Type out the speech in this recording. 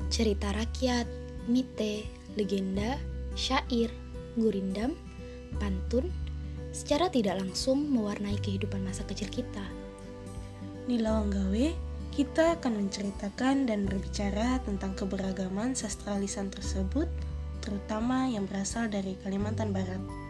Cerita rakyat, mite, legenda, syair, gurindam, pantun, secara tidak langsung mewarnai kehidupan masa kecil kita. Di Lawang Gawe, kita akan menceritakan dan berbicara tentang keberagaman sastra lisan tersebut, terutama yang berasal dari Kalimantan Barat.